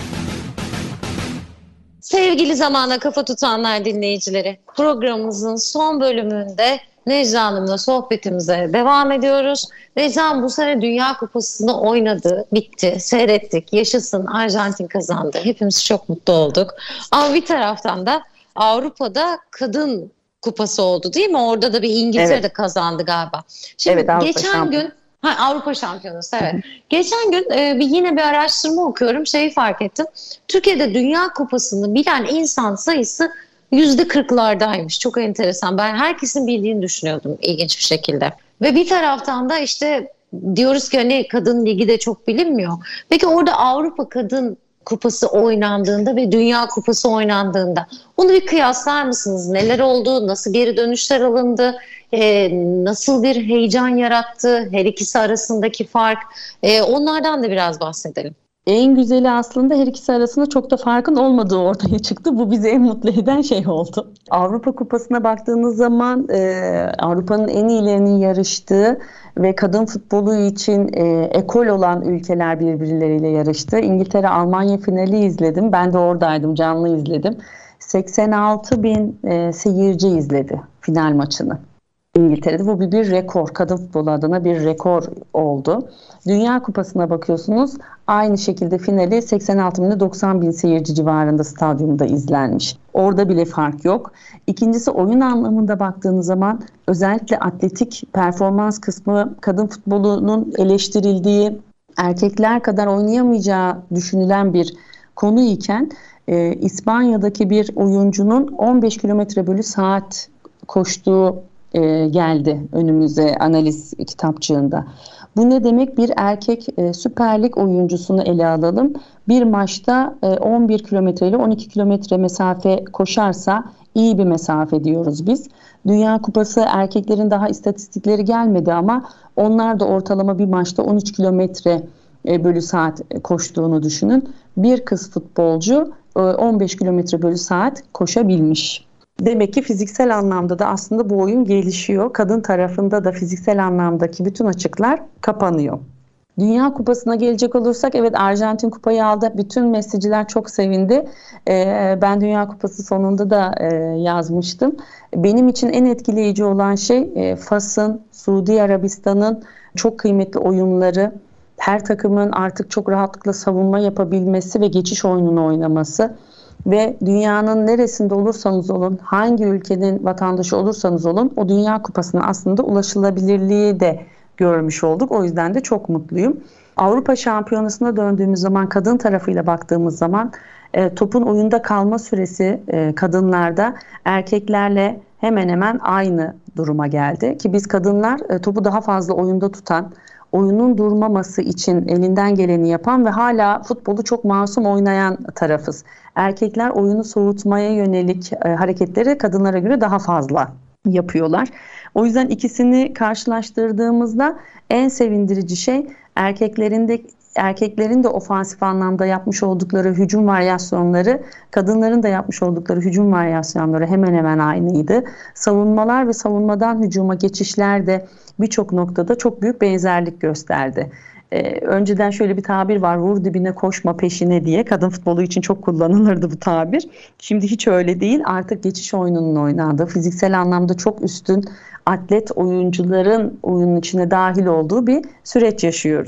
B: Sevgili Zamana Kafa Tutanlar dinleyicileri, programımızın son bölümünde Necla Hanım'la sohbetimize devam ediyoruz. Necla Hanım bu sene Dünya Kupası'nda oynadı, bitti, seyrettik, yaşasın, Arjantin kazandı. Hepimiz çok mutlu olduk. Ama bir taraftan da Avrupa'da kadın kupası oldu değil mi? Orada da bir İngiltere evet. de kazandı galiba. Şimdi evet, Avrupa geçen şampiyon. gün ha, Avrupa Şampiyonası evet. Hı hı. Geçen gün e, bir yine bir araştırma okuyorum. Şeyi fark ettim. Türkiye'de Dünya Kupası'nı bilen insan sayısı yüzde kırklardaymış. Çok enteresan. Ben herkesin bildiğini düşünüyordum ilginç bir şekilde. Ve bir taraftan da işte diyoruz ki hani kadın ligi de çok bilinmiyor. Peki orada Avrupa Kadın Kupası oynandığında ve Dünya Kupası oynandığında bunu bir kıyaslar mısınız? Neler oldu? Nasıl geri dönüşler alındı? Ee, nasıl bir heyecan yarattı? Her ikisi arasındaki fark. Ee, onlardan da biraz bahsedelim.
C: En güzeli aslında her ikisi arasında çok da farkın olmadığı ortaya çıktı. Bu bizi en mutlu eden şey oldu. Avrupa Kupası'na baktığınız zaman e, Avrupa'nın en iyilerinin yarıştığı ve kadın futbolu için e, ekol olan ülkeler birbirleriyle yarıştı. İngiltere Almanya finali izledim. Ben de oradaydım, canlı izledim. seksen altı bin e, seyirci izledi final maçını. İngiltere'de bu bir, bir rekor. Kadın futbolu adına bir rekor oldu. Dünya Kupası'na bakıyorsunuz. Aynı şekilde finali seksen altı bin doksan bin seyirci civarında stadyumda izlenmiş. Orada bile fark yok. İkincisi oyun anlamında baktığınız zaman özellikle atletik performans kısmı kadın futbolunun eleştirildiği, erkekler kadar oynayamayacağı düşünülen bir konu iken e, İspanya'daki bir oyuncunun on beş kilometre bölü saat koştuğu E, geldi önümüze analiz kitapçığında. Bu ne demek? Bir erkek e, Süper Lig oyuncusunu ele alalım. Bir maçta e, on bir kilometre ile on iki kilometre mesafe koşarsa iyi bir mesafe diyoruz biz. Dünya Kupası erkeklerin daha istatistikleri gelmedi ama onlar da ortalama bir maçta on üç kilometre e, bölü saat koştuğunu düşünün. Bir kız futbolcu e, on beş kilometre bölü saat koşabilmiş. Demek ki fiziksel anlamda da aslında bu oyun gelişiyor. Kadın tarafında da fiziksel anlamdaki bütün açıklar kapanıyor. Dünya Kupası'na gelecek olursak evet Arjantin kupayı aldı. Bütün mesajcılar çok sevindi. Ee, ben Dünya Kupası sonunda da e, yazmıştım. Benim için en etkileyici olan şey e, Fas'ın, Suudi Arabistan'ın çok kıymetli oyunları. Her takımın artık çok rahatlıkla savunma yapabilmesi ve geçiş oyununu oynaması. Ve dünyanın neresinde olursanız olun, hangi ülkenin vatandaşı olursanız olun o Dünya Kupası'na aslında ulaşılabilirliği de görmüş olduk. O yüzden de çok mutluyum. Avrupa Şampiyonası'na döndüğümüz zaman kadın tarafıyla baktığımız zaman e, topun oyunda kalma süresi e, kadınlarda erkeklerle hemen hemen aynı duruma geldi. Ki biz kadınlar e, topu daha fazla oyunda tutan, oyunun durmaması için elinden geleni yapan ve hala futbolu çok masum oynayan tarafız. Erkekler oyunu soğutmaya yönelik e, hareketleri kadınlara göre daha fazla yapıyorlar. O yüzden ikisini karşılaştırdığımızda en sevindirici şey erkeklerin de erkeklerin de ofansif anlamda yapmış oldukları hücum varyasyonları, kadınların da yapmış oldukları hücum varyasyonları hemen hemen aynıydı. Savunmalar ve savunmadan hücuma geçişler de birçok noktada çok büyük benzerlik gösterdi. Ee, önceden şöyle bir tabir var, vur dibine koşma peşine diye. Kadın futbolu için çok kullanılırdı bu tabir. Şimdi hiç öyle değil. Artık geçiş oyununun oynandığı, fiziksel anlamda çok üstün atlet oyuncuların oyunun içine dahil olduğu bir süreç yaşıyoruz.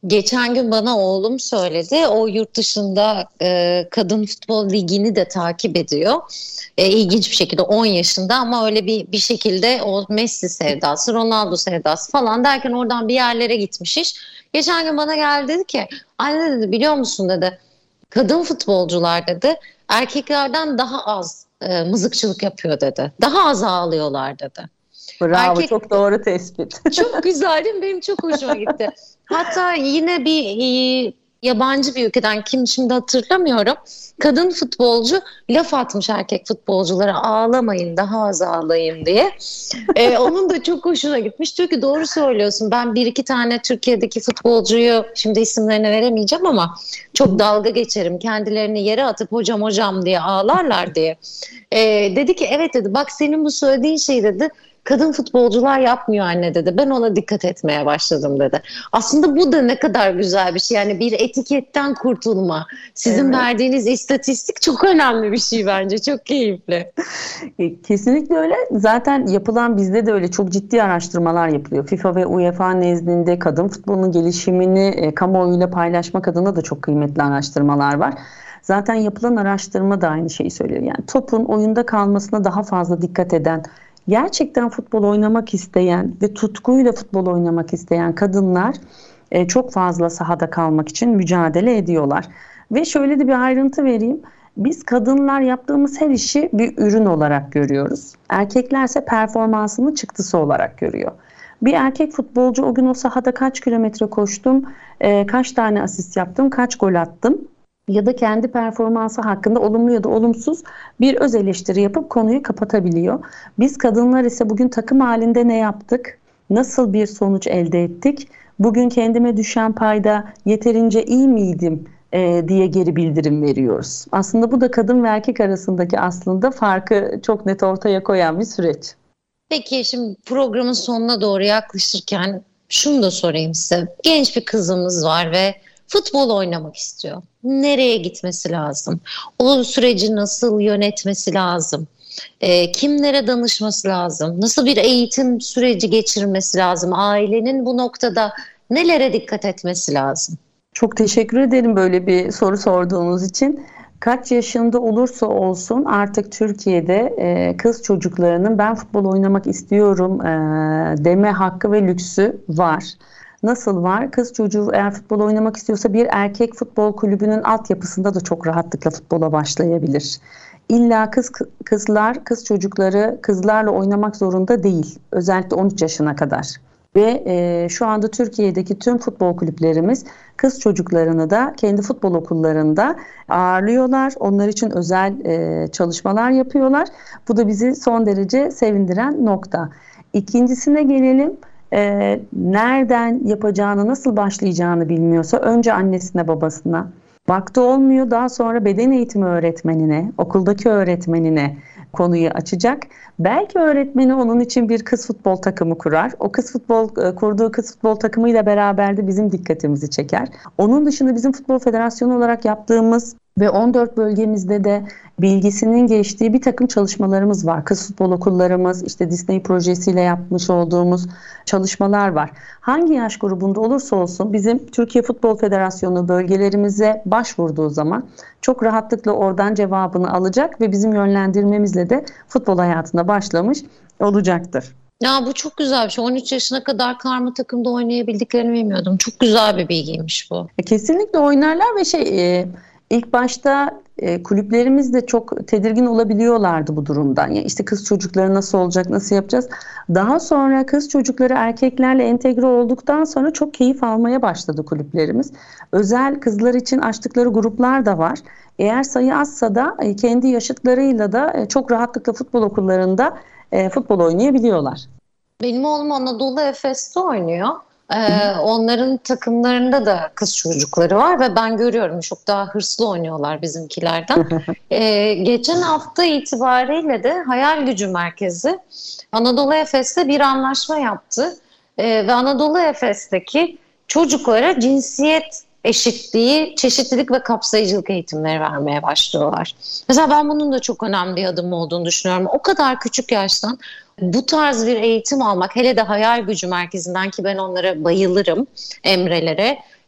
B: Geçen gün bana oğlum söyledi. O yurt dışında e, kadın futbol ligini de takip ediyor. E, ilginç bir şekilde on yaşında ama öyle bir bir şekilde o Messi sevdası, Ronaldo sevdası falan derken oradan bir yerlere gitmiş iş. Geçen gün bana geldi, dedi ki anne dedi biliyor musun dedi, kadın futbolcular dedi erkeklerden daha az e, mızıkçılık yapıyor dedi. Daha az ağlıyorlar dedi.
C: Bravo,
B: Erkek...
C: çok doğru tespit.
B: Çok güzel değil mi? Benim çok hoşuma gitti. Hatta yine bir e, yabancı bir ülkeden, kim şimdi hatırlamıyorum, kadın futbolcu laf atmış erkek futbolculara, ağlamayın daha az ağlayın diye. Ee, onun da çok hoşuna gitmiş. Diyor ki doğru söylüyorsun, ben bir iki tane Türkiye'deki futbolcuyu şimdi isimlerini veremeyeceğim ama çok dalga geçerim, kendilerini yere atıp hocam hocam diye ağlarlar diye. Ee, dedi ki evet dedi, bak senin bu söylediğin şey dedi kadın futbolcular yapmıyor anne dedi. Ben ona dikkat etmeye başladım dedi. Aslında bu da ne kadar güzel bir şey. Yani bir etiketten kurtulma. Sizin evet. verdiğiniz istatistik çok önemli bir şey bence. Çok keyifli.
C: Kesinlikle öyle. Zaten yapılan, bizde de öyle çok ciddi araştırmalar yapılıyor. FIFA ve UEFA nezdinde kadın futbolunun gelişimini e, kamuoyuyla paylaşmak adına da çok kıymetli araştırmalar var. Zaten yapılan araştırma da aynı şeyi söylüyor. Yani topun oyunda kalmasına daha fazla dikkat eden, gerçekten futbol oynamak isteyen ve tutkuyla futbol oynamak isteyen kadınlar e, çok fazla sahada kalmak için mücadele ediyorlar. Ve şöyle de bir ayrıntı vereyim. Biz kadınlar yaptığımız her işi bir ürün olarak görüyoruz. Erkeklerse performansının çıktısı olarak görüyor. Bir erkek futbolcu o gün o sahada kaç kilometre koştum, e, kaç tane asist yaptım, kaç gol attım ya da kendi performansı hakkında olumlu ya da olumsuz bir öz eleştiri yapıp konuyu kapatabiliyor. Biz kadınlar ise bugün takım halinde ne yaptık, nasıl bir sonuç elde ettik, bugün kendime düşen payda yeterince iyi miydim e, diye geri bildirim veriyoruz. Aslında bu da kadın ve erkek arasındaki aslında farkı çok net ortaya koyan bir süreç.
B: Peki şimdi programın sonuna doğru yaklaşırken şunu da sorayım size. Genç bir kızımız var ve futbol oynamak istiyor. Nereye gitmesi lazım? O süreci nasıl yönetmesi lazım? E, kimlere danışması lazım? Nasıl bir eğitim süreci geçirmesi lazım? Ailenin bu noktada nelere dikkat etmesi lazım?
C: Çok teşekkür ederim böyle bir soru sorduğunuz için. Kaç yaşında olursa olsun artık Türkiye'de e, kız çocuklarının ben futbol oynamak istiyorum e, deme hakkı ve lüksü var. Nasıl var? Kız çocuğu eğer futbol oynamak istiyorsa bir erkek futbol kulübünün altyapısında da çok rahatlıkla futbola başlayabilir. İlla kız kızlar, kız çocukları kızlarla oynamak zorunda değil. Özellikle on üç yaşına kadar. Ve e, şu anda Türkiye'deki tüm futbol kulüplerimiz kız çocuklarını da kendi futbol okullarında ağırlıyorlar. Onlar için özel e, çalışmalar yapıyorlar. Bu da bizi son derece sevindiren nokta. İkincisine gelelim. E, nereden yapacağını, nasıl başlayacağını bilmiyorsa önce annesine, babasına. Vakti olmuyor, daha sonra beden eğitimi öğretmenine, okuldaki öğretmenine konuyu açacak. Belki öğretmeni onun için bir kız futbol takımı kurar. O kız futbol kurduğu kız futbol takımıyla beraber de bizim dikkatimizi çeker. Onun dışında bizim Futbol Federasyonu olarak yaptığımız ve on dört bölgemizde de bilgisinin geçtiği bir takım çalışmalarımız var. Kız futbol okullarımız, işte Disney projesiyle yapmış olduğumuz çalışmalar var. Hangi yaş grubunda olursa olsun bizim Türkiye Futbol Federasyonu bölgelerimize başvurduğu zaman çok rahatlıkla oradan cevabını alacak ve bizim yönlendirmemizle de futbol hayatına başlamış olacaktır.
B: Ya bu çok güzel bir şey. on üç yaşına kadar karma takımda oynayabildiklerini bilmiyordum. Çok güzel bir bilgiymiş bu.
C: Kesinlikle oynarlar ve şey... E, İlk başta e, kulüplerimiz de çok tedirgin olabiliyorlardı bu durumdan. Yani işte kız çocukları nasıl olacak, nasıl yapacağız? Daha sonra kız çocukları erkeklerle entegre olduktan sonra çok keyif almaya başladı kulüplerimiz. Özel kızlar için açtıkları gruplar da var. Eğer sayı azsa da e, kendi yaşıtlarıyla da e, çok rahatlıkla futbol okullarında e, futbol oynayabiliyorlar.
B: Benim oğlum Anadolu Efes'te oynuyor. Ee, onların takımlarında da kız çocukları var ve ben görüyorum çok daha hırslı oynuyorlar bizimkilerden. Ee, geçen hafta itibariyle de Hayal Gücü Merkezi Anadolu Efes'te bir anlaşma yaptı ee, ve Anadolu Efes'teki çocuklara cinsiyet eşitliği, çeşitlilik ve kapsayıcılık eğitimleri vermeye başlıyorlar. Mesela ben bunun da çok önemli bir adım olduğunu düşünüyorum. O kadar küçük yaştan bu tarz bir eğitim almak, hele de Hayal Gücü Merkezi'nden, ki ben onlara bayılırım, Emre'lere.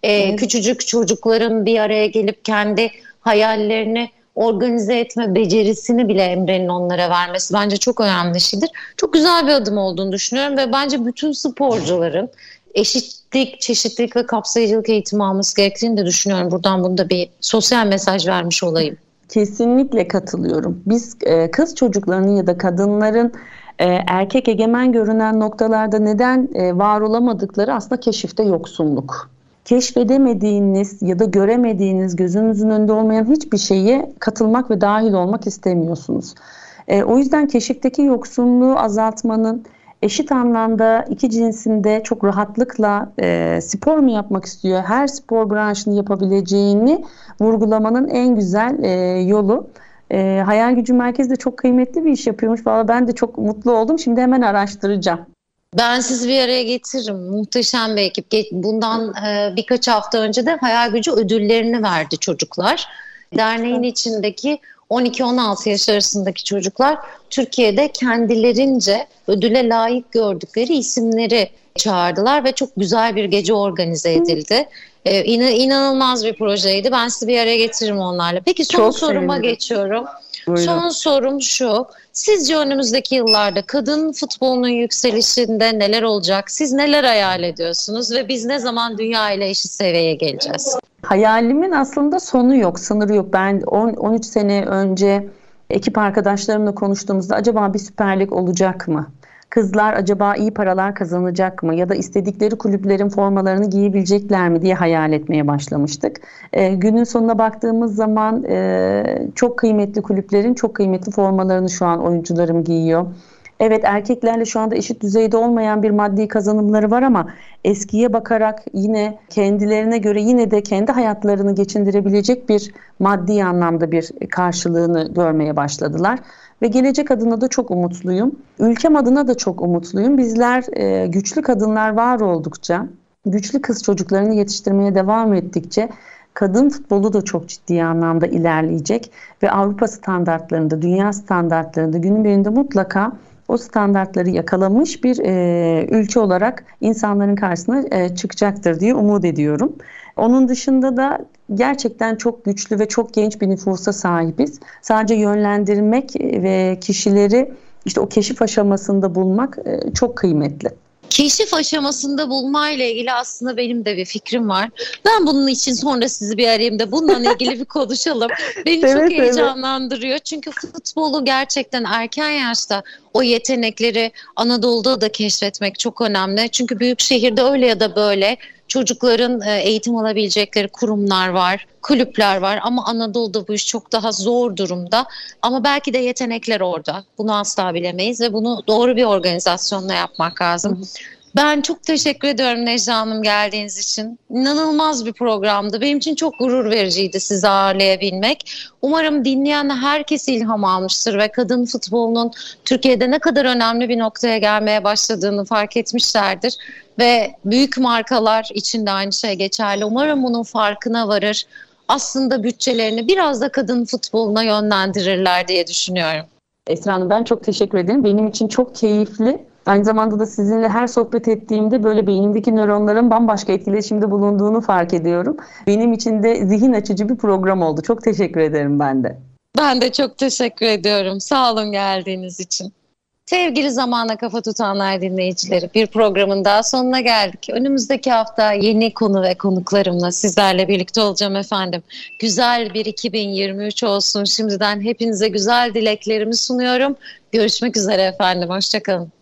B: Ee, evet. Küçücük çocukların bir araya gelip kendi hayallerini organize etme becerisini bile Emre'nin onlara vermesi bence çok önemli şeydir. Çok güzel bir adım olduğunu düşünüyorum ve bence bütün sporcuların eşitlik, çeşitlilik ve kapsayıcılık eğitimi alması gerektiğini de düşünüyorum. Buradan bunu da bir sosyal mesaj vermiş olayım.
C: Kesinlikle katılıyorum. Biz e, kız çocuklarının ya da kadınların e, erkek egemen görünen noktalarda neden e, var olamadıkları aslında keşifte yoksunluk. Keşfedemediğiniz ya da göremediğiniz, gözünüzün önünde olmayan hiçbir şeye katılmak ve dahil olmak istemiyorsunuz. E, o yüzden keşifteki yoksunluğu azaltmanın, eşit anlamda iki cinsinde çok rahatlıkla e, spor mu yapmak istiyor, her spor branşını yapabileceğini vurgulamanın en güzel e, yolu. E, Hayal Gücü Merkezi de çok kıymetli bir iş yapıyormuş. Vallahi ben de çok mutlu oldum. Şimdi hemen araştıracağım.
B: Ben sizi bir araya getiririm. Muhteşem bir ekip. Bundan e, birkaç hafta önce de Hayal Gücü ödüllerini verdi çocuklar. Derneğin içindeki on iki on altı yaş arasındaki çocuklar Türkiye'de kendilerince ödüle layık gördükleri isimleri çağırdılar ve çok güzel bir gece organize edildi. Ee, inan, inanılmaz bir projeydi. Ben sizi bir araya getiririm onlarla. Peki son çok soruma sevinirim. Geçiyorum. Buyurun. Son sorum şu. Sizce önümüzdeki yıllarda kadın futbolunun yükselişinde neler olacak? Siz neler hayal ediyorsunuz ve biz ne zaman dünya ile eşit seviyeye geleceğiz?
C: Hayalimin aslında sonu yok, sınırı yok. Ben on üç sene önce ekip arkadaşlarımla konuştuğumuzda acaba bir Süper Lig olacak mı? Kızlar acaba iyi paralar kazanacak mı? Ya da istedikleri kulüplerin formalarını giyebilecekler mi diye hayal etmeye başlamıştık. E, günün sonuna baktığımız zaman e, çok kıymetli kulüplerin çok kıymetli formalarını şu an oyuncularım giyiyor. Evet, erkeklerle şu anda eşit düzeyde olmayan bir maddi kazanımları var ama eskiye bakarak yine kendilerine göre yine de kendi hayatlarını geçindirebilecek bir maddi anlamda bir karşılığını görmeye başladılar. Ve gelecek adına da çok umutluyum. Ülkem adına da çok umutluyum. Bizler e, güçlü kadınlar var oldukça, güçlü kız çocuklarını yetiştirmeye devam ettikçe kadın futbolu da çok ciddi anlamda ilerleyecek. Ve Avrupa standartlarında, dünya standartlarında günün birinde mutlaka o standartları yakalamış bir e, ülke olarak insanların karşısına e, çıkacaktır diye umut ediyorum. Onun dışında da gerçekten çok güçlü ve çok genç bir nüfusa sahibiz. Sadece yönlendirmek ve kişileri işte o keşif aşamasında bulmak e, çok kıymetli.
B: Keşif aşamasında bulmayla ilgili aslında benim de bir fikrim var. Ben bunun için sonra sizi bir arayayım da bununla ilgili bir konuşalım. Beni evet, çok heyecanlandırıyor. Evet. Çünkü futbolu gerçekten erken yaşta o yetenekleri Anadolu'da da keşfetmek çok önemli. Çünkü büyük şehirde öyle ya da böyle çocukların eğitim alabilecekleri kurumlar var, kulüpler var ama Anadolu'da bu iş çok daha zor durumda. Ama belki de yetenekler orada. Bunu asla bilemeyiz ve bunu doğru bir organizasyonla yapmak lazım. Hı hı. Ben çok teşekkür ediyorum Necla Hanım geldiğiniz için. İnanılmaz bir programdı. Benim için çok gurur vericiydi sizi ağırlayabilmek. Umarım dinleyen herkes ilham almıştır ve kadın futbolunun Türkiye'de ne kadar önemli bir noktaya gelmeye başladığını fark etmişlerdir. Ve büyük markalar için de aynı şey geçerli. Umarım bunun farkına varır. Aslında bütçelerini biraz da kadın futboluna yönlendirirler diye düşünüyorum.
C: Esra Hanım, ben çok teşekkür ederim. Benim için çok keyifli. Aynı zamanda da sizinle her sohbet ettiğimde böyle beynimdeki nöronların bambaşka etkileşimde bulunduğunu fark ediyorum. Benim için de zihin açıcı bir program oldu. Çok teşekkür ederim ben de.
B: Ben de çok teşekkür ediyorum. Sağ olun geldiğiniz için. Sevgili Zamana Kafa Tutanlar dinleyicileri, bir programın daha sonuna geldik. Önümüzdeki hafta yeni konu ve konuklarımla sizlerle birlikte olacağım efendim. Güzel bir iki bin yirmi üç olsun. Şimdiden hepinize güzel dileklerimi sunuyorum. Görüşmek üzere efendim. Hoşça kalın.